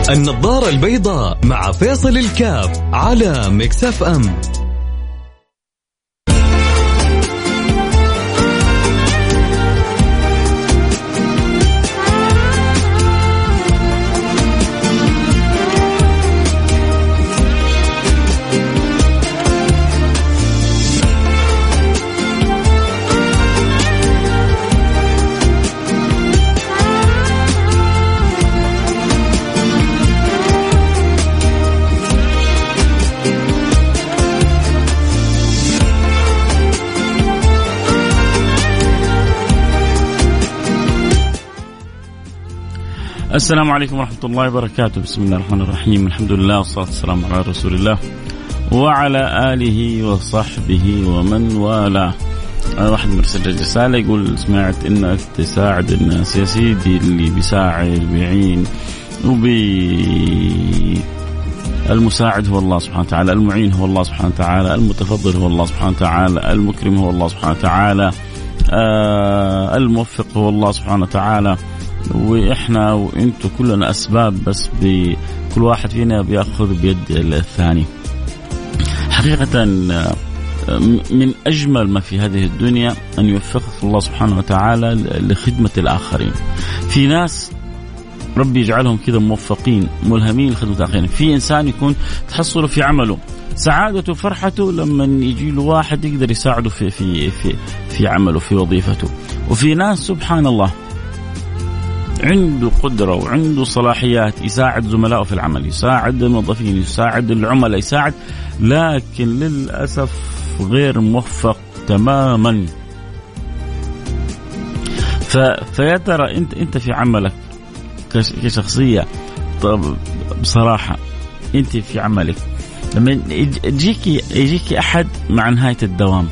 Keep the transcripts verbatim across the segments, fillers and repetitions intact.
النظارة البيضاء مع فيصل الكاف على ميكس اف ام. السلام عليكم ورحمة الله وبركاته. بسم الله الرحمن الرحيم. الحمد لله والصلاة والسلام على رسول الله وعلى آله وصحبه ومن والاه. واحد مرسل رسالة يقول سمعت إنك تساعد الناس يا سيدي، اللي بيساعد بيعين وبي المساعد هو الله سبحانه وتعالى، المعين هو الله سبحانه وتعالى، المتفضل هو الله سبحانه وتعالى، المكرم هو الله سبحانه وتعالى، آه الموفق هو الله سبحانه وتعالى. وإحنا وإنتوا كلنا أسباب، بس كل واحد فينا بيأخذ بيد الثاني. حقيقة من أجمل ما في هذه الدنيا أن يوفقك الله سبحانه وتعالى لخدمة الآخرين. في ناس ربي يجعلهم كذا موفقين ملهمين لخدمة الآخرين. في إنسان يكون تحصله في عمله سعادته وفرحته لما يجي له واحد يقدر يساعده في في في في عمله في وظيفته. وفي ناس سبحان الله عنده قدرة وعنده صلاحيات يساعد زملائه في العمل، يساعد الموظفين، يساعد العملاء، يساعد، لكن للأسف غير موفق تماما. ف... فيا ترى انت انت في عملك كشخصية، طب بصراحة انت في عملك لما يجيك يجيك أحد مع نهاية الدوام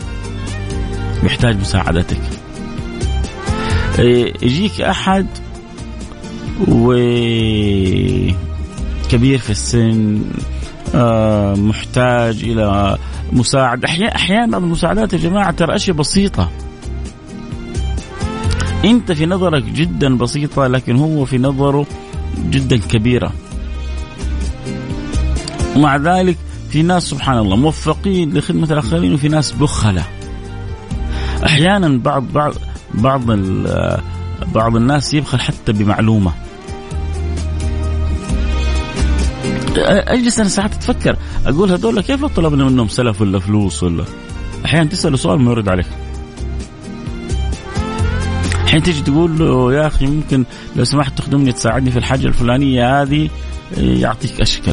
يحتاج مساعدتك، يجيك أحد وكبير في السن محتاج إلى مساعدة. أحيانا المساعدات يا جماعة ترى أشياء بسيطة، أنت في نظرك جدا بسيطة لكن هو في نظره جدا كبيرة. ومع ذلك في ناس سبحان الله موفقين لخدمة الآخرين، وفي ناس بخلة. أحيانا بعض بعض بعض بعض الناس يبخل حتى بمعلومة. أجلس أنا ساعات أتفكر أقول هذول كيف طلبنا منهم سلف ولا فلوس ولا. أحيانا تسأله سؤال ما يرد عليك، حين تيجي تقول له يا أخي ممكن لو سمحت تخدمني تساعدني في الحاجة الفلانية هذه، يعطيك أشكال.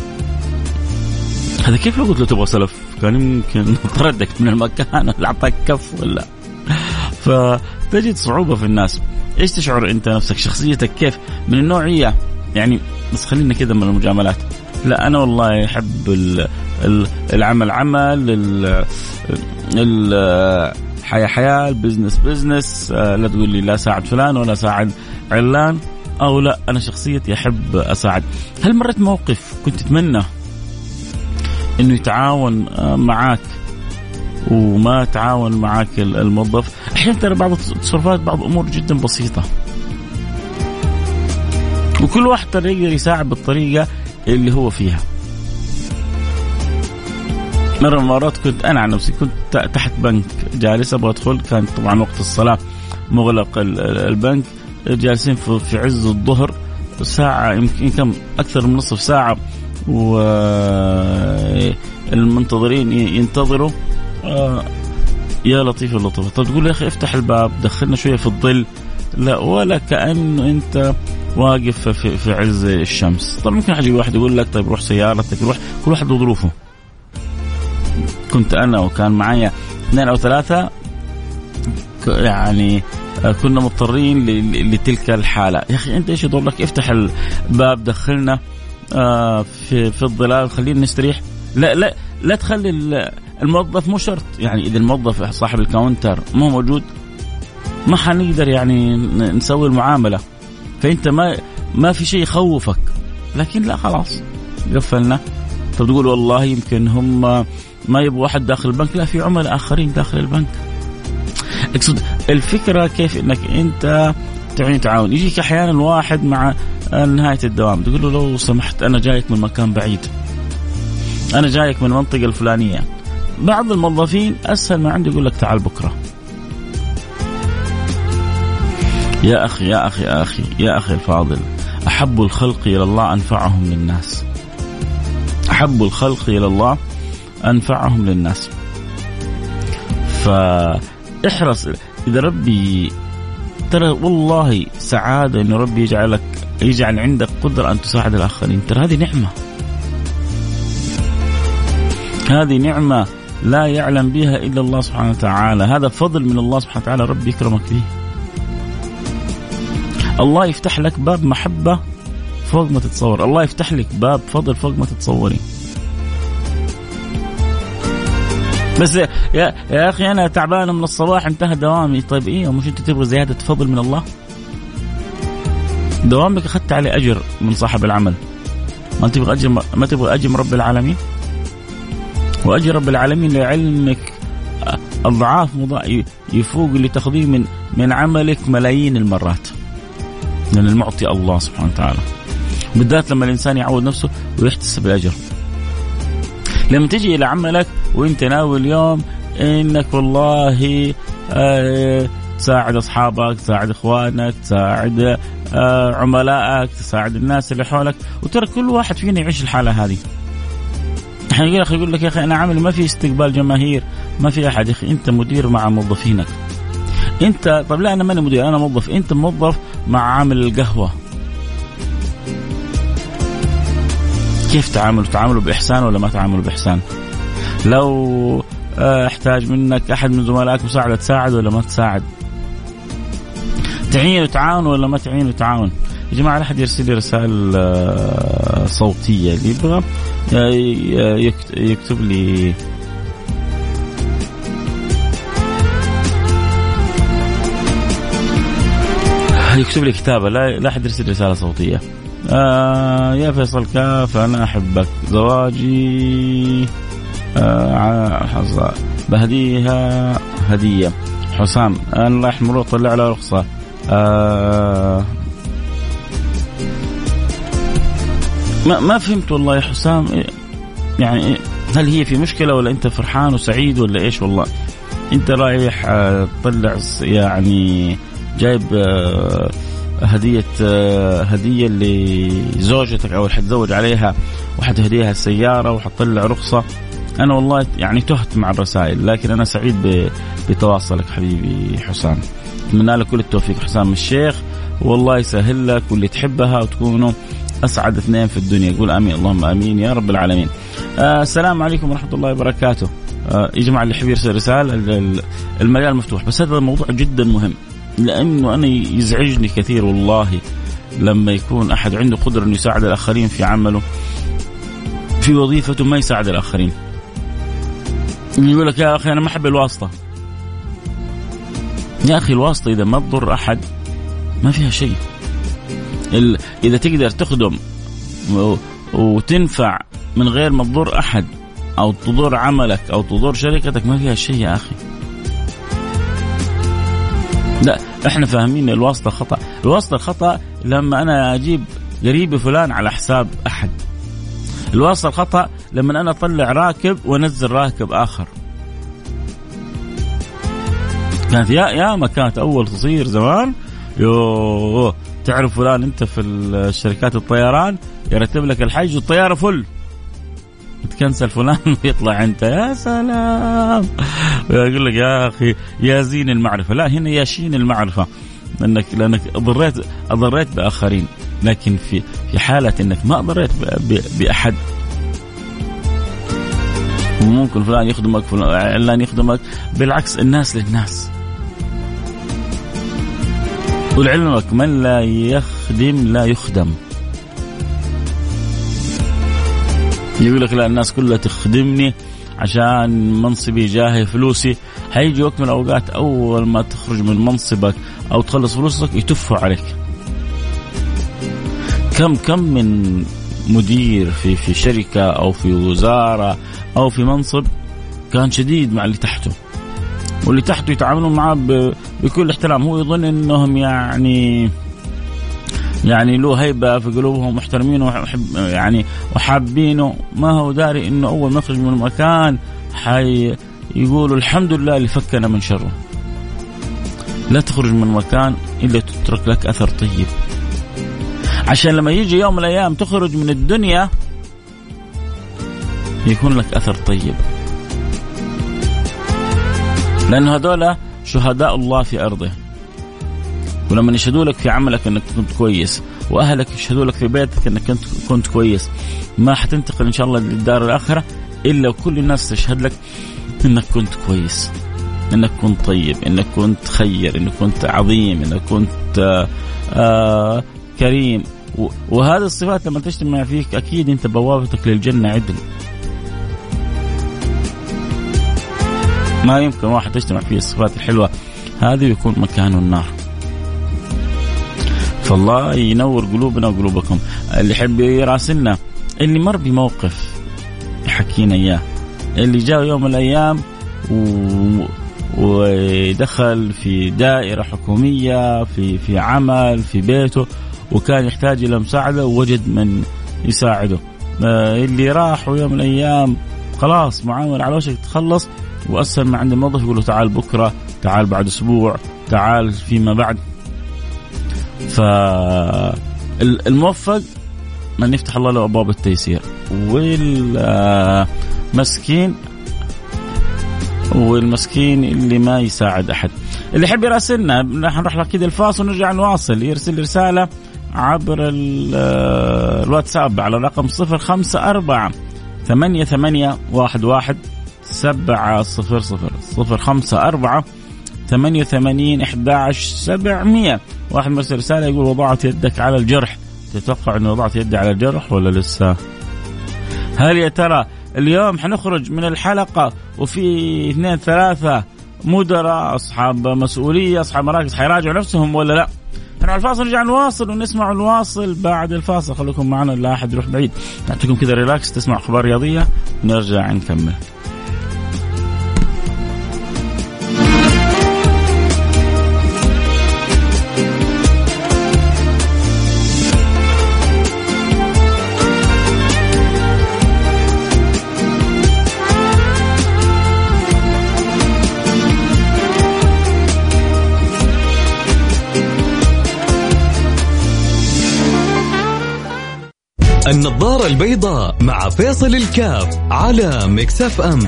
هذا كيف لو قلت له تبغى سلف كان يمكن طردك من المكان ولا أعطاك كف ولا. فتجد صعوبة في الناس. إيش تشعر أنت نفسك؟ شخصيتك كيف من النوعية يعني؟ بس خلينا كذا من المجاملات. لا أنا والله أحب العمل عمل، الحياة حياة، البزنس بزنس. لا تقول لي لا ساعد فلان ولا ساعد علان، أو لا أنا شخصيتي أحب أساعد. هل مرت موقف كنت تتمنى إنه يتعاون معاك وما تعاون معك الموظف؟ أحيانا ترى بعض التصرفات بعض أمور جدا بسيطة، وكل واحد ترى يقدر يساعد بالطريقة اللي هو فيها. مرة من المرات كنت أنا عن نفسي كنت تحت بنك جالس أبغى أدخل، كان طبعا وقت الصلاة مغلق البنك، جالسين في عز الظهر ساعة يمكن كم أكثر من نصف ساعة، والمنتظرين ينتظروا. آه يا لطيف اللطيف، طب تقول يا أخي افتح الباب دخلنا شوية في الظل، لا ولا كأنه أنت واقف في, في عز الشمس. طب ممكن حاجة واحد يقول لك طيب روح سيارتك، روح، كل واحد وظروفه. كنت أنا وكان معايا اثنين أو ثلاثة يعني كنا مضطرين لتلك الحالة. يا أخي أنت إيش يضر لك؟ افتح الباب دخلنا آه في في الظلال، خلينا نستريح. لا لا لا تخلي الموظف مو شرط يعني، إذا الموظف صاحب الكاونتر مو موجود ما حنقدر يعني نسوي المعاملة. فأنت ما ما في شيء يخوفك، لكن لا خلاص قفلنا. طب تقول والله يمكن هم ما يبغوا واحد داخل البنك، لا في عملاء آخرين داخل البنك. اقصد الفكرة كيف انك انت تعين تعاون. يجيك احيانا واحد مع نهاية الدوام، تقول له لو سمحت أنا جايك من مكان بعيد، أنا جايك من المنطقة الفلانية. بعض الموظفين أسهل ما عنده يقول لك تعال بكرة. يا أخي يا أخي يا أخي يا أخي الفاضل، أحب الخلق إلى الله أنفعهم للناس، أحب الخلق إلى الله أنفعهم للناس. فاحرص إذا ربي، ترى والله سعادة إنه ربي يجعلك يجعل عندك قدرة أن تساعد الآخرين، ترى هذه نعمة، هذه نعمة لا يعلم بها إلا الله سبحانه وتعالى، هذا فضل من الله سبحانه وتعالى ربي يكرمك به. الله يفتح لك باب محبة فوق ما تتصور، الله يفتح لك باب فضل فوق ما تتصوري. بس يا, يا أخي أنا تعبان من الصباح انتهى دوامي، طيب إيه مش أنت تبغى زيادة فضل من الله؟ دوامك أخذت عليه أجر من صاحب العمل، ما تبغى أجر، ما تبغى أجر من رب العالمين؟ وأجر رب العالمين لعلمك أضعاف يفوق اللي تاخذيه من من عملك ملايين المرات، لأن المعطي الله سبحانه وتعالى، بالذات لما الإنسان يعود نفسه ويحتسب الأجر. لما تجي إلى عملك وإنت ناوي اليوم إنك والله آه تساعد أصحابك، تساعد إخوانك، تساعد آه عملائك، تساعد الناس اللي حولك، وترى كل واحد فينا يعيش الحالة هذه. احنا يقول لك يقول لك يا أخي أنا عامل ما في استقبال جماهير، ما في أحد. يا أخي أنت مدير مع موظفينك، أنت طب لا أنا ماني مدير أنا موظف، أنت موظف مع عامل القهوة، كيف تعاملوا؟ تعاملوا بإحسان ولا ما تعاملوا بإحسان؟ لو احتاج منك أحد من زملائك مساعدة تساعد ولا ما تساعد؟ تعين وتعاون ولا ما تعين وتعاون؟ يا جماعة لا أحد يرسل لي رسائل صوتية، اللي يبغى يكتب لي يكتب لي كتابة، لا لا أحد يرسل رسالة صوتية. آه يا فيصل كاف أنا أحبك، زواجي آه بهديها هدية. حسام الله يحمره طلع على رخصة. آه ما ما فهمت والله يا حسام، يعني هل هي في مشكلة ولا أنت فرحان وسعيد ولا إيش؟ والله أنت رايح تطلع يعني جايب هدية هدية لزوجتك أو حتزوج عليها وحتهديها السيارة وحتطلع رخصة. أنا والله يعني تهت مع الرسائل، لكن أنا سعيد بتواصلك حبيبي حسام، أتمنى لك كل التوفيق حسام الشيخ، والله يسهل لك واللي تحبها وتكونوا أسعد اثنين في الدنيا. يقول آمين اللهم آمين يا رب العالمين. آه السلام عليكم ورحمة الله وبركاته. آه يا جماعة اللي يحب يرسل رسالة المجال مفتوح، بس هذا الموضوع جدا مهم، لأنه أنا يزعجني كثير والله لما يكون أحد عنده قدرة أن يساعد الآخرين في عمله في وظيفته ما يساعد الآخرين. يقول لك يا أخي أنا ما أحب الواسطة. يا أخي الواسطة إذا ما تضر أحد ما فيها شيء، إذا تقدر تخدم وتنفع من غير ما تضر أحد أو تضر عملك أو تضر شركتك ما فيها شيء يا أخي. لا احنا فاهمين الواسطة خطأ. الواسطة الخطأ لما أنا أجيب قريبي فلان على حساب أحد. الواسطة الخطأ لما أنا أطلع راكب ونزل راكب آخر. كانت يا يا ما كانت أول تصير زمان، يوه تعرف فلان أنت في الشركات الطيران يرتب لك الحج والطيارة فل، تكنسل فلان ويطلع أنت يا سلام. يقول لك يا أخي يا زين المعرفة، لا هنا يا شين المعرفة، لأنك لأنك أضريت أضريت بآخرين، لكن في في حالة أنك ما أضريت بأحد ممكن فلان يخدمك فلان يخدمك، بالعكس الناس للناس. ولعلمك من لا يخدم لا يخدم. يقول لك لا الناس كلها تخدمني عشان منصبي جاهي فلوسي، هيجي وقت من الأوقات أول ما تخرج من منصبك أو تخلص فلوسك يتفوا عليك. كم كم من مدير في في شركة أو في وزارة أو في منصب كان شديد مع اللي تحته، واللي تحته يتعاملون معه بكل احترام، هو يظن أنهم يعني يعني له هيبة في قلوبهم، محترمينه وحب يعني وحابينه، ما هو داري إنه أول ما يخرج من المكان حي يقولوا الحمد لله اللي فكنا من شره. لا تخرج من مكان إلا تترك لك أثر طيب، عشان لما يجي يوم من الأيام تخرج من الدنيا يكون لك أثر طيب، لأن هذولا شهداء الله في أرضه. ولما يشهدوا لك في عملك أنك كنت كويس، وأهلك يشهدوا لك في بيتك أنك كنت كنت كويس، ما حتنتقل إن شاء الله للدار الآخرة إلا كل الناس تشهد لك أنك كنت كويس، أنك كنت طيب، أنك كنت خير، أنك كنت عظيم، أنك كنت آآ آآ كريم. وهذه الصفات لما تجتمع فيك أكيد أنت بوابتك للجنة عدل. ما يمكن واحد تجتمع فيه الصفات الحلوة هذه ويكون مكانه النار. فالله ينور قلوبنا وقلوبكم. اللي يحب يراسلنا، اللي مر بموقف يحكينا إياه، اللي جاء يوم من الأيام و... ودخل في دائرة حكومية، في في عمل في بيته، وكان يحتاج إلى مساعدة ووجد من يساعده. اللي راح يوم من الأيام خلاص معامل على وشك تخلص، وأسأل ما عند الموظف يقول له تعال بكرة، تعال بعد أسبوع، تعال فيما بعد. فالموفق من يفتح الله له أبواب التيسير، والمسكين والمسكين اللي ما يساعد أحد. اللي يحب يراسلنا نحن نروح لكده الفاصل ونرجع نواصل. يرسل رسالة عبر الواتساب على رقم صفر خمسة أربعة ثمانية ثمانية واحد واحد سبعة صفر صفر صفر خمسة أربعة ثمانية ثمانين أحد عشر سبعمية. واحد مرسل رسالة يقول وضعت يدك على الجرح. تتوقع أنه وضعت يدي على الجرح ولا لسه؟ هل يا ترى اليوم حنخرج من الحلقة وفي اثنين ثلاثة مدراء أصحاب مسؤولية أصحاب مراكز حيراجعوا نفسهم ولا لا؟ نروح الفاصل نرجع نواصل ونسمع الواصل بعد الفاصل. خليكم معنا لا أحد يروح بعيد، نعطيكم كذا ريلاكس تسمع أخبار رياضية ونرجع نكمل. النظارة البيضاء مع فيصل الكاف على ميكس اف ام.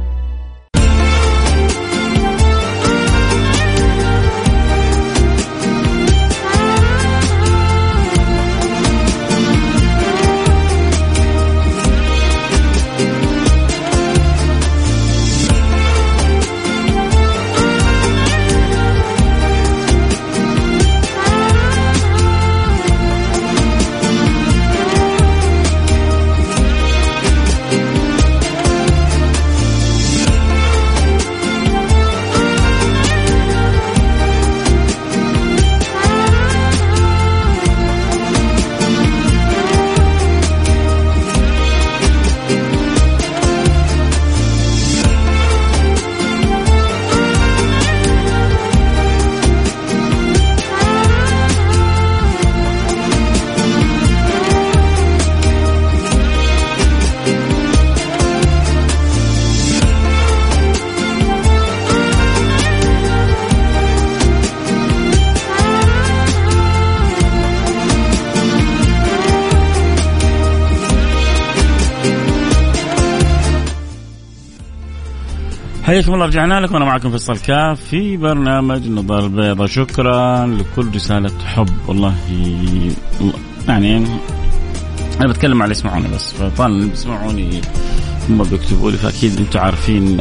حياكم الله، رجعنا لكم. أنا معكم فيصل كاف في برنامج النظارة البيضاء. شكرا لكل رسالة حب. والله يعني أنا بتكلم على يسمعوني بس، فطبعا اللي بيسمعوني هم بيكتبوا لي، فأكيد أنتم عارفين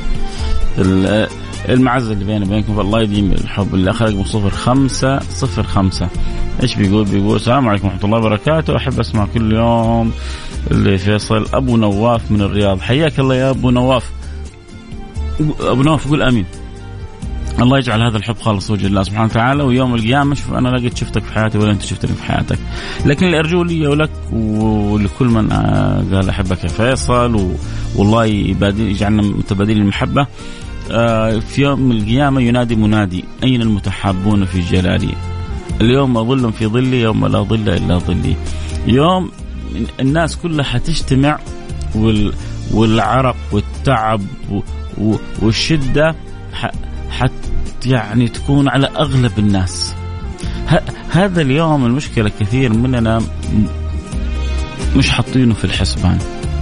المعزة اللي بيني وبينكم. فالله يديم الحب. اللي أخرج من صفر خمسة صفر خمسة إيش بيقول؟ بيقول السلام عليكم ورحمة الله وبركاته، أحب أسمع كل يوم اللي فيصل. أبو نواف من الرياض، حياك الله يا أبو نواف. أبو نواف يقول آمين. الله يجعل هذا الحب خالص وجه الله سبحانه وتعالى، ويوم القيامة شوف أنا لقيت شفتك في حياتي ولا أنت شفتني في حياتك. لكن اللي أرجو لي ولك ولكل من قال أحبك يا فيصل، والله يجعلنا متبادلين المحبة. في يوم القيامة ينادي منادي أين المتحابون في جلالي؟ اليوم أظل في ظلي يوم لا ظل إلا ظلي. يوم الناس كلها حتجتمع والعرق والتعب والشدة حت يعني تكون على أغلب الناس. هذا اليوم المشكلة كثير مننا مش حاطينه في الحسبان.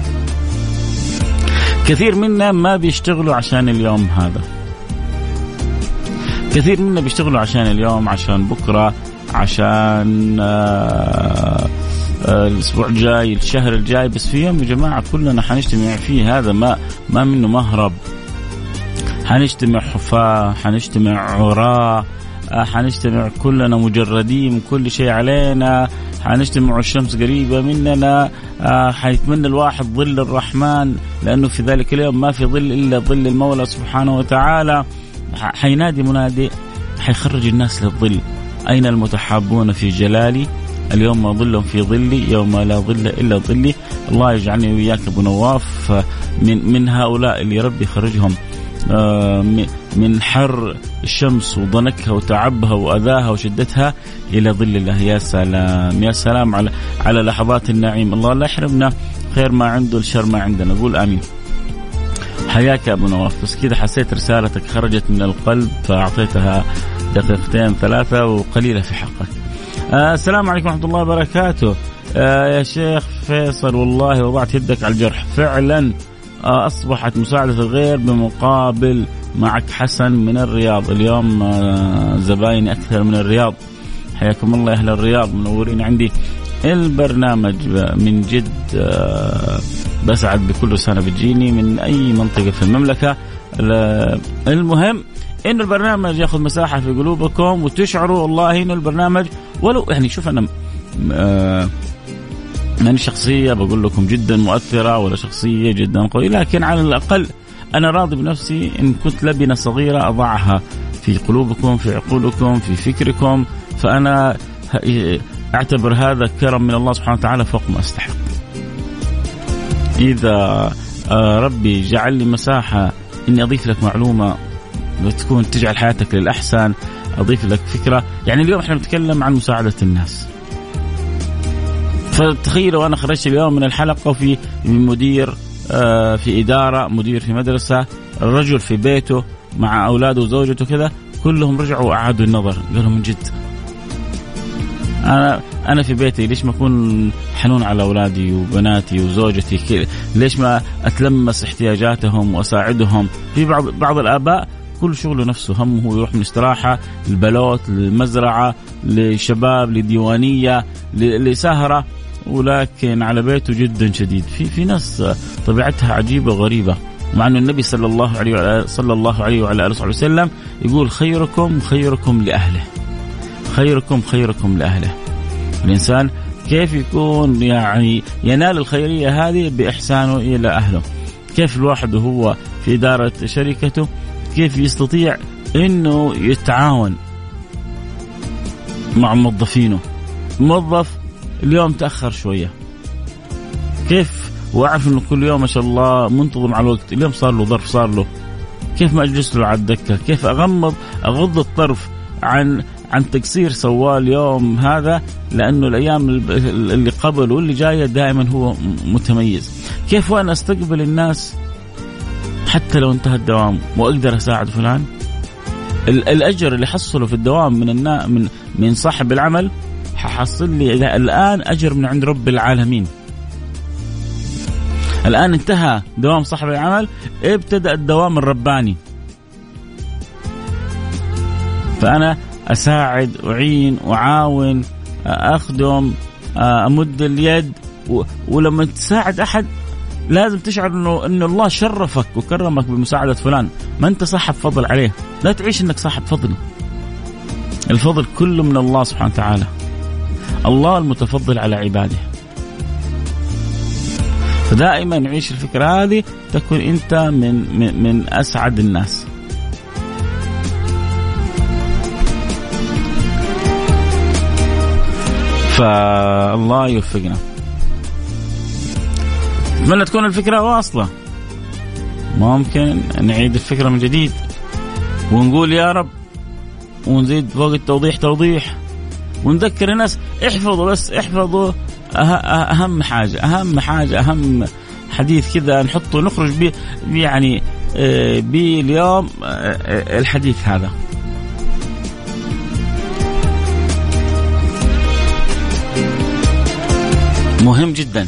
كثير منا ما بيشتغلوا عشان اليوم هذا. كثير منا بيشتغلوا عشان اليوم، عشان بكرة، عشان آه آه الأسبوع الجاي، الشهر الجاي. بس في يوم يا جماعة كلنا حنجتمع فيه، هذا ما ما منه مهرب. حنجتمع حفاة، حنجتمع عراة، حنجتمع كلنا مجردين من كل شيء علينا، حنجتمع الشمس قريبة مننا. حيتمنى الواحد ظل الرحمن، لأنه في ذلك اليوم ما في ظل إلا ظل المولى سبحانه وتعالى. حينادي منادي، حيخرج الناس للظل. أين المتحابون في جلالي؟ اليوم ما ظلهم في ظلي يوم لا ظل إلا ظلي. الله يجعلني وياك أبو نواف من من هؤلاء اللي ربي يخرجهم من حر الشمس وضنكها وتعبها وأذاها وشدتها إلى ظل الله. يا سلام يا سلام على على لحظات النعيم. الله لا يحرمنا خير ما عنده الشر ما عندنا. نقول آمين. حياك أبو نواف. بس كده حسيت رسالتك خرجت من القلب فأعطيتها دقيقتين ثلاثة وقليلة في حقك. آه السلام عليكم ورحمة الله وبركاته. آه يا شيخ فيصل، والله وضعت يدك على الجرح فعلا. آه أصبحت مساعدة الغير بمقابل. معك حسن من الرياض. اليوم آه زبايني أكثر من الرياض. حياكم الله أهل الرياض، منورين عندي البرنامج من جد. آه بسعد بكل سنة بتجيني من أي منطقة في المملكة. المهم إنه البرنامج يأخذ مساحة في قلوبكم وتشعروا والله إنه البرنامج ولو يعني شوف أنا آه يعني شخصية بقول لكم جدا مؤثرة ولا شخصية جدا قوية، لكن على الأقل أنا راضي بنفسي إن كنت لبنة صغيرة أضعها في قلوبكم، في عقولكم، في فكركم. فأنا أعتبر هذا كرم من الله سبحانه وتعالى فوق ما أستحق. إذا ربي جعل لي مساحة إني أضيف لك معلومة تكون تجعل حياتك للأحسن، أضيف لك فكرة. يعني اليوم إحنا نتكلم عن مساعدة الناس. فتخيلوا أنا خرجت اليوم من الحلقة وفي مدير في إدارة، مدير في مدرسة، الرجل في بيته مع أولاده وزوجته كذا، كلهم رجعوا وأعادوا النظر، قالوا من جد أنا أنا في بيتي ليش ما أكون حنون على أولادي وبناتي وزوجتي؟ ليش ما أتلمس احتياجاتهم وأساعدهم؟ في بعض بعض الآباء كل شغله نفسه، همه يروح من استراحة البلوت للمزرعة للشباب لديوانية لسهرة، ولكن على بيته جدا شديد. في في ناس طبيعتها عجيبة غريبة، مع أن النبي صلى الله عليه صلى الله عليه وعلى آله وسلم يقول خيركم خيركم لأهله، خيركم خيركم لأهله. الإنسان كيف يكون يعني ينال الخيرية هذه؟ بإحسانه إلى أهله. كيف الواحد وهو في إدارة شركته كيف يستطيع إنه يتعاون مع موظفينه؟ موظف اليوم تأخر شوية، كيف وأعرف إنه كل يوم ما شاء الله منتظم على الوقت، اليوم صار له ظرف صار له، كيف ما أجلس له على الدكة؟ كيف أغمض أغض الطرف عن عن تقصير سواه اليوم هذا، لأنه الأيام اللي قبل واللي جاية دائما هو متميز. كيف وأنا أستقبل الناس حتى لو انتهى الدوام وأقدر أساعد فلان؟ الأجر اللي حصله في الدوام من النا من من صاحب العمل ححصل لي الآن أجر من عند رب العالمين. الآن انتهى دوام صاحب العمل، ابتدأ الدوام الرباني. فأنا أساعد أعين أعاون أخدم أمد اليد، ولما تساعد أحد لازم تشعر إنه إنه الله شرفك وكرمك بمساعدة فلان، ما أنت صاحب فضل عليه. لا تعيش إنك صاحب فضل، الفضل كله من الله سبحانه وتعالى. الله المتفضل على عباده. فدائما نعيش الفكرة هذه، تكون أنت من من, من أسعد الناس. فالله يوفقنا. أتمنى تكون الفكرة واصلة. ممكن نعيد الفكرة من جديد ونقول يا رب، ونزيد فوق التوضيح توضيح، ونذكر الناس احفظوا، بس احفظوا أهم حاجة أهم حاجة أهم حديث كذا نحطه نخرج به يعني باليوم الحديث هذا. مهم جدا.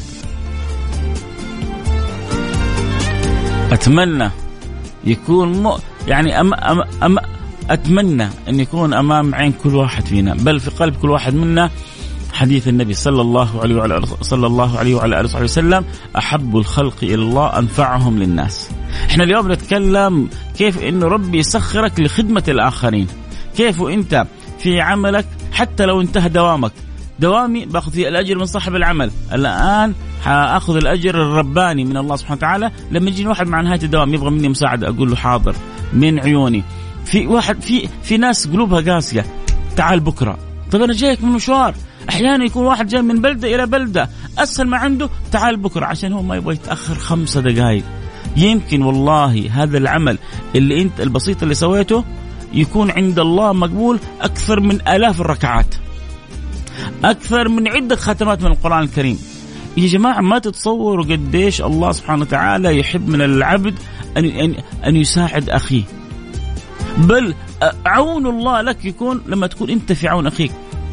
أتمنى يكون م... يعني أم... أم... أم... أتمنى أن يكون أمام عين كل واحد فينا، بل في قلب كل واحد منا حديث النبي صلى الله عليه وعلى صلى الله عليه وعلى آله وصحبه وسلم: أحب الخلق إلى الله أنفعهم للناس. إحنا اليوم نتكلم كيف إنه ربي يسخرك لخدمة الآخرين، كيف أنت في عملك حتى لو انتهى دوامك، دوامي باخذ فيه الأجر من صاحب العمل، الآن حاخذ الأجر الرباني من الله سبحانه وتعالى. لما يجي واحد مع نهاية الدوام يبغى مني مساعدة أقول له حاضر من عيوني. في واحد في في ناس قلوبها قاسية، تعال بكرة. طب أنا جايك من مشوار، أحيانا يكون واحد جاي من بلدة إلى بلدة، أسهل ما عنده تعال بكرة، عشان هو ما يبغى يتأخر خمسة دقائق. يمكن والله هذا العمل اللي أنت البسيط اللي سويته يكون عند الله مقبول أكثر من آلاف الركعات، أكثر من عدة ختمات من القرآن الكريم. يا جماعة ما تتصوروا قديش الله سبحانه وتعالى يحب من العبد أن أن أن يساعد أخيه، بل عون الله لك يكون لما تكون أنت في عون أخيك.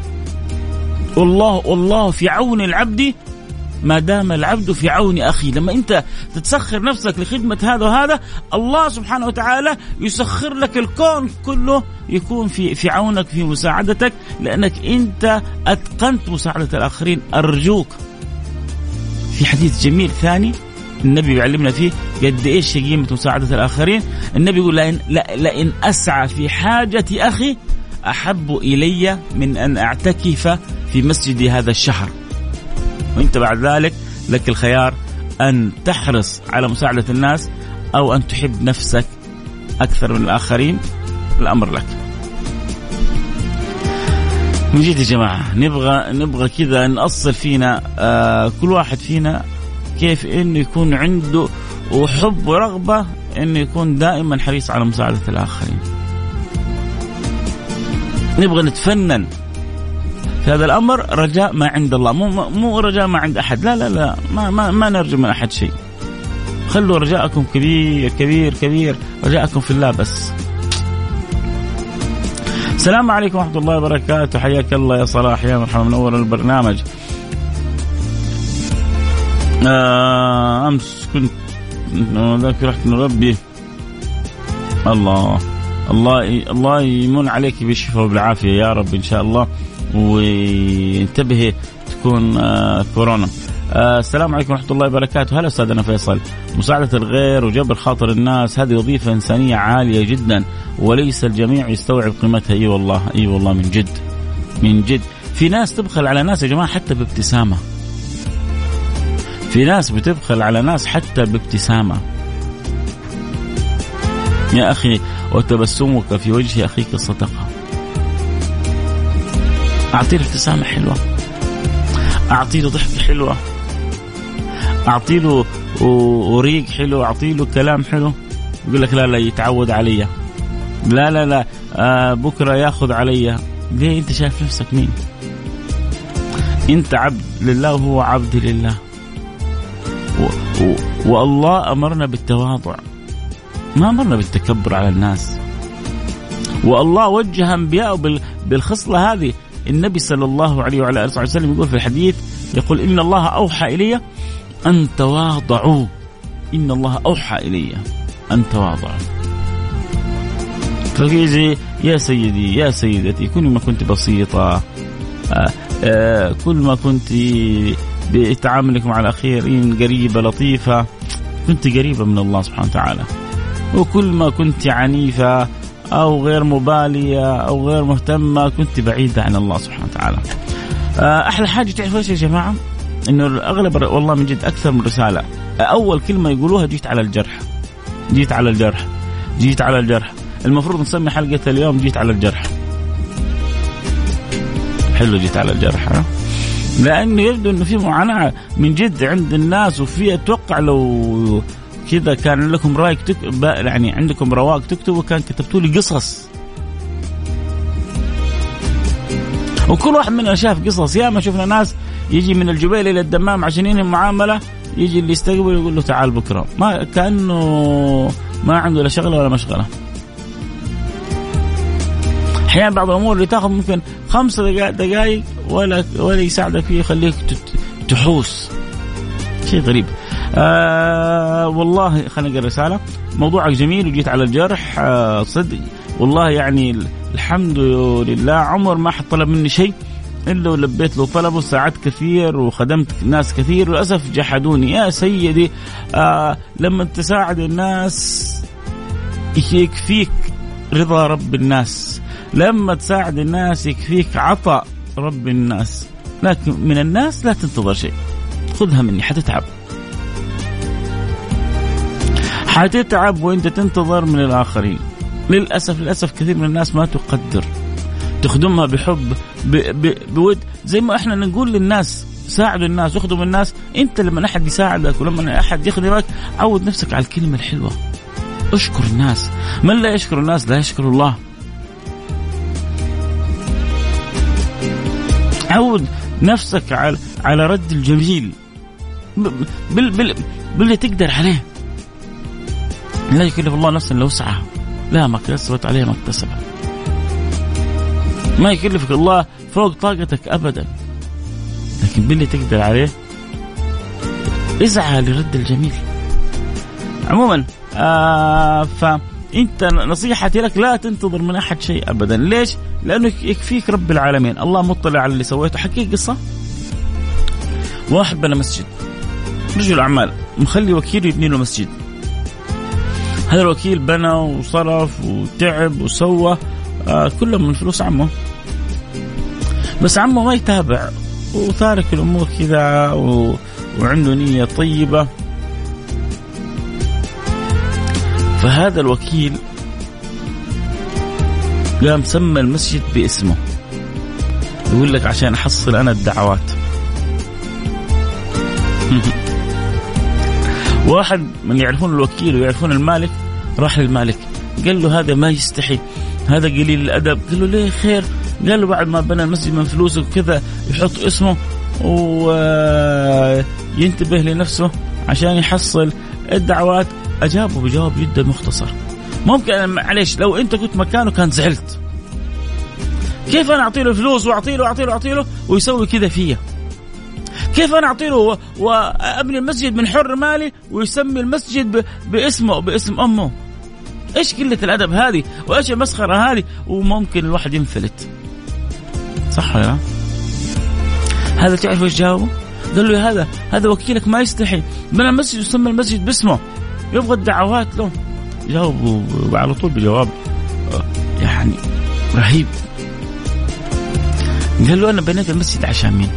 والله والله في عون العبد ما دام العبد في عون أخي. لما أنت تتسخر نفسك لخدمة هذا وهذا، الله سبحانه وتعالى يسخر لك الكون كله يكون في في عونك في مساعدتك، لأنك أنت أتقنت مساعدة الآخرين. أرجوك، في حديث جميل ثاني النبي يعلمنا فيه قد إيش قيمة مساعدة الآخرين. النبي يقول: لأن, لأن أسعى في حاجة أخي أحب إلي من أن أعتكف في مسجدي هذا الشهر. وانت بعد ذلك لك الخيار أن تحرص على مساعدة الناس أو أن تحب نفسك أكثر من الآخرين، الأمر لك. من جد يا جماعة نبغى نبغى كذا نأصل فينا آه كل واحد فينا كيف إنه يكون عنده وحب ورغبة إنه يكون دائما حريص على مساعدة الآخرين. نبغى نتفنن في هذا الأمر، رجاء ما عند الله، مو مو رجاء ما عند أحد. لا لا لا ما ما, ما نرجو من أحد شيء. خلوا رجاءكم كبير كبير كبير، رجاءكم في الله بس. السلام عليكم ورحمة الله وبركاته. حياك الله يا صلاح، يا مرحبا، منور البرنامج. آه أمس كنت ذاك رحت من ربي. الله الله الله يمن عليك بالشفاء وبالعافية يا رب إن شاء الله، وانتبهي تكون آه كورونا. آه السلام عليكم ورحمة الله وبركاته. هلا أستاذنا فيصل، مساعدة الغير وجبر خاطر الناس هذه وظيفة إنسانية عالية جدا، وليس الجميع يستوعب قيمتها. اي والله اي والله من جد من جد. في ناس تبخل على ناس يا جماعة حتى بابتسامة، في ناس بتبخل على ناس حتى بابتسامة. يا أخي وتبسمك في وجه أخيك صدقة. أعطيه ابتسامة حلوة، أعطيه ضحك حلوة، أعطيه له وريق حلو، أعطيه له كلام حلو. يقول لك لا لا يتعود علي، لا لا لا آه بكرة ياخذ علي. ليه؟ أنت شايف نفسك مين؟ أنت عبد لله وهو عبد لله، و و والله أمرنا بالتواضع، ما أمرنا بالتكبر على الناس. والله وجه أنبياءه بالخصلة هذه. النبي صلى الله عليه وعلى آله وسلم يقول في الحديث، يقول: إن الله أوحى إلي أن تواضعوا، إن الله أوحى إلي أن تواضعوا. فكيزي يا سيدي يا سيدتي، كل ما كنت بسيطة، آآ آآ كل ما كنت بتعاملك مع الآخرين قريبة لطيفة، كنت قريبة من الله سبحانه وتعالى. وكل ما كنت عنيفة أو غير مبالية أو غير مهتمة، كنت بعيدة عن الله سبحانه وتعالى. أحلى حاجة تعرفوا إيش يا جماعة؟ إنه الأغلب والله من جد أكثر من رسالة أول كلمة يقولوها: جيت على الجرح، جيت على الجرح، جيت على الجرح. المفروض نسمي حلقة اليوم جيت على الجرح. حلو جيت على الجرح، ها؟ لأنه يبدو إنه في معاناة من جد عند الناس، وفي أتوقع لو كذا كان لكم رأي تكتب، يعني عندكم رواق تكتبوا، كان كتبتوا لي قصص. وكل واحد منا شاف قصص، ياما شفنا ناس يجي من الجبيل إلى الدمام عشان ينهي معاملة، يجي اللي يستقبل يقول له تعال بكرة، ما كأنه ما عنده لا شغلة ولا مشغلة. أحيانا بعض الأمور اللي تأخذ ممكن خمسة دقائق ولا ولا يساعدك فيه، يخليك تحوس. شيء غريب. آه والله خلينا نقرأ رسالة. موضوعك جميل وجيت على الجرح. آه صدق والله يعني الحمد لله عمر ما حد طلب مني شيء إلا ولبيت له طلبه، ساعدت كثير وخدمت ناس كثير، وللأسف جحدوني. يا سيدي آه لما تساعد الناس يكفيك رضا رب الناس، لما تساعد الناس يكفيك عطاء رب الناس، لكن من الناس لا تنتظر شيء. خذها مني، حتتعب حتتعب وانت تنتظر من الآخرين. للأسف للأسف كثير من الناس ما تقدر، تخدمها بحب ب... ب... بود. زي ما احنا نقول للناس ساعدوا الناس واخدموا الناس، انت لما احد يساعدك ولما احد يخدمك عود نفسك على الكلمة الحلوة، اشكر الناس. من لا يشكر الناس لا يشكر الله. عود نفسك على على رد الجميل بال بال باللي تقدر عليه. لا يكلف الله نفسا الا وسعها، لا ما كسبت عليها ما اكتسبت. ما يكلفك الله فوق طاقتك ابدا، لكن باللي تقدر عليه اسعى لرد الجميل. عموما آه فانت نصيحتي لك لا تنتظر من احد شيء ابدا. ليش؟ لانه يكفيك رب العالمين، الله مطلع على اللي سويته. حكي قصه واحد بنى مسجد، رجل اعمال مخلي وكيل يبني له مسجد. هذا الوكيل بنى وصرف وتعب وسوى آه كله من فلوس عمه، بس عمه ما يتابع وتارك الأمور كذا و... وعنده نية طيبة. فهذا الوكيل قام سمى المسجد باسمه، يقول لك عشان أحصل أنا الدعوات. واحد من يعرفون الوكيل ويعرفون المالك راح للمالك قال له هذا ما يستحي، هذا قليل الأدب. قال له ليه خير؟ قال له بعد ما بنى المسجد من فلوسه وكذا يحط اسمه وينتبه لنفسه عشان يحصل الدعوات. أجابه بجواب جدا مختصر. ممكن معليش لو أنت كنت مكانه كان زعلت، كيف أنا أعطي له فلوس وأعطي له أعطي له أعطي له ويسوي كذا فيها؟ كيف أنا أعطي له وأبني المسجد من حر مالي ويسمي المسجد باسمه باسم أمه؟ إيش قلة الأدب هذه وإيش المسخرة هذه؟ وممكن الواحد ينفلت، صح ولا لا؟ هذا تعرف إيش جاوبه؟ قال له هذا هذا وكيلك ما يستحي بنى المسجد وسمى المسجد باسمه، يبغى الدعوات له. جاوبه على طول بجواب يعني رهيب. قال له أنا بنيت المسجد عشان مين؟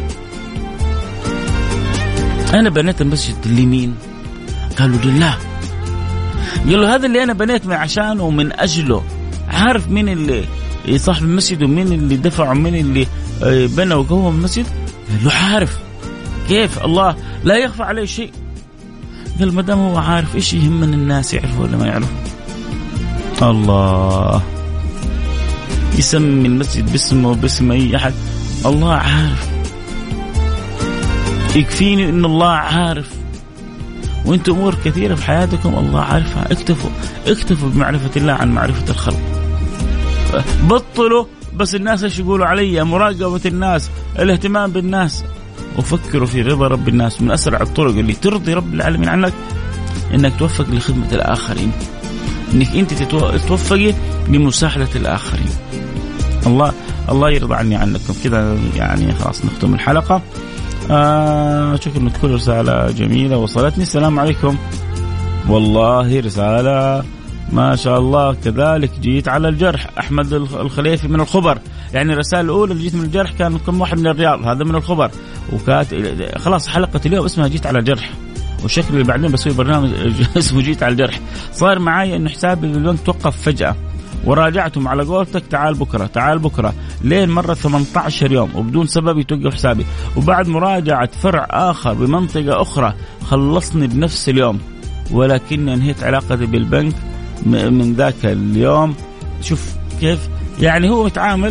أنا بنيت المسجد لمين؟ قالوا لله. قال له هذا اللي أنا بنيت من عشانه ومن أجله، عارف مين اللي صاحب المسجد ومين اللي دفع ومين اللي بنى وقوم المسجد؟ قال له عارف. كيف؟ الله لا يخفى عليه شيء. قال ما دام هو عارف إيش يهمن الناس يعرفوا ولا ما يعرفوا؟ الله يسمي المسجد باسمه وباسم أي أحد، الله عارف. يكفيني إن الله عارف، وانتم امور كثيره في حياتكم الله عارفها. اكتفوا اكتفوا بمعرفه الله عن معرفه الخلق. بطلوا بس الناس ايش يقولوا علي، مراقبه الناس، الاهتمام بالناس، وفكروا في رضا رب الناس. من اسرع الطرق اللي ترضي رب العالمين عنك انك توفق لخدمه الاخرين، انك انت تتوفقي لمساعده الاخرين. الله الله يرضى عني عنكم. كذا يعني خلاص نختم الحلقه. آه شكرا من كل رسالة جميلة وصلتني. السلام عليكم. والله رسالة ما شاء الله. كذلك جيت على الجرح. أحمد الخليفي من الخبر، يعني الرسالة الأولى اللي جيت من الجرح كان كم واحد من الرياض، هذا من الخبر. وكانت خلاص حلقة اليوم اسمها جيت على الجرح، والشكل اللي بعدين بسوي برنامج اسمه جيت على الجرح. صار معايا إنه حسابي اليوم توقف فجأة، وراجعتهم على قولتك تعال بكرة تعال بكرة لين مرة ثمانية عشر يوم وبدون سبب يتوقف حسابي. وبعد مراجعة فرع آخر بمنطقة أخرى خلصني بنفس اليوم، ولكن انهيت علاقتي بالبنك من ذاك اليوم. شوف كيف يعني هو متعامل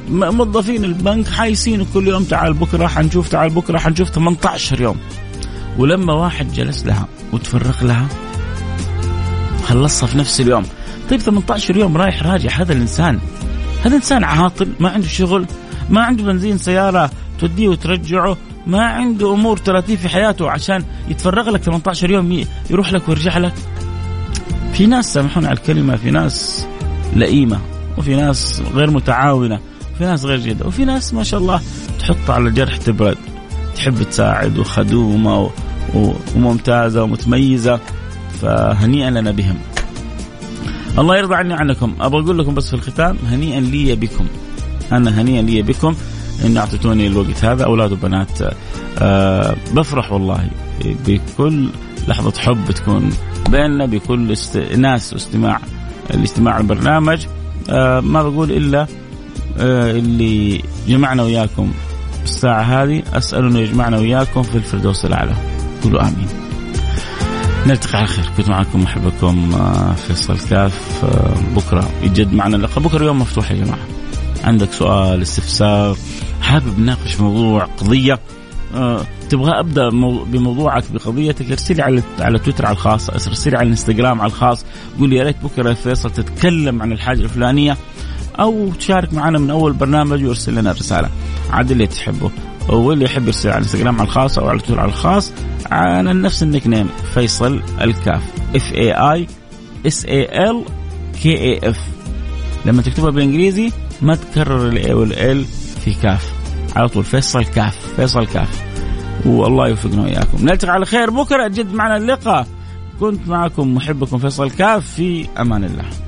موظفين البنك حايسين كل يوم تعال بكرة حنشوف تعال بكرة حنشوف ثمانية عشر يوم. ولما واحد جلس لها وتفرغ لها خلصها في نفس اليوم. طيب ثمانية عشر يوم رايح راجع، هذا الإنسان هذا إنسان عاطل، ما عنده شغل، ما عنده بنزين سيارة توديه وترجعه، ما عنده أمور تراتيب في حياته عشان يتفرغ لك ثمانية عشر يوم يروح لك ويرجع لك. في ناس سامحوني على الكلمة، في ناس لئيمة، وفي ناس غير متعاونة، وفي ناس غير جيدة، وفي ناس ما شاء الله تحط على الجرح تبرد، تحب تساعد وخدومة وممتازة ومتميزة، فهنيئا لنا بهم. الله يرضى عني عنكم. أبغى أقول لكم بس في الختام هنيئا لي بكم، أنا هنيئا لي بكم إن أعطيتوني الوقت هذا. أولاد وبنات أه بفرح والله بكل لحظة حب تكون بيننا، بكل است... ناس واستماع الاستماع البرنامج. أه ما بقول إلا أه اللي جمعنا وياكم الساعة هذه أسأل إنه يجمعنا وياكم في الفردوس الأعلى. قولوا آمين. نلتقي على خير. كنت معكم محبكم فيصل كاف. بكرة يجد معنا اللقاء. بكرة يوم مفتوح يا جماعة. عندك سؤال استفسار حابب نناقش موضوع قضية أه، تبغى أبدأ مو... بموضوعك بقضيتك، ارسلي على على تويتر على الخاص، ارسلي على الانستغرام على الخاص، قول لي يا ريت بكرة يا فيصل تتكلم عن الحاجة الفلانية، أو تشارك معنا من أول برنامج ويرسل لنا رسالة عاد اللي تحبه. واللي يحب يرسل على الانستغرام على الخاص أو على تويتر على الخاص على نفس النيك نيم فيصل الكاف F A I S A L K A F. لما تكتبها بالإنجليزي ما تكرر ال A وال L في كاف، على طول فيصل كاف فيصل كاف. والله يوفقنا وإياكم. نلتقي على خير بكرة. جد معنا اللقاء. كنت معكم محبكم فيصل كاف. في أمان الله.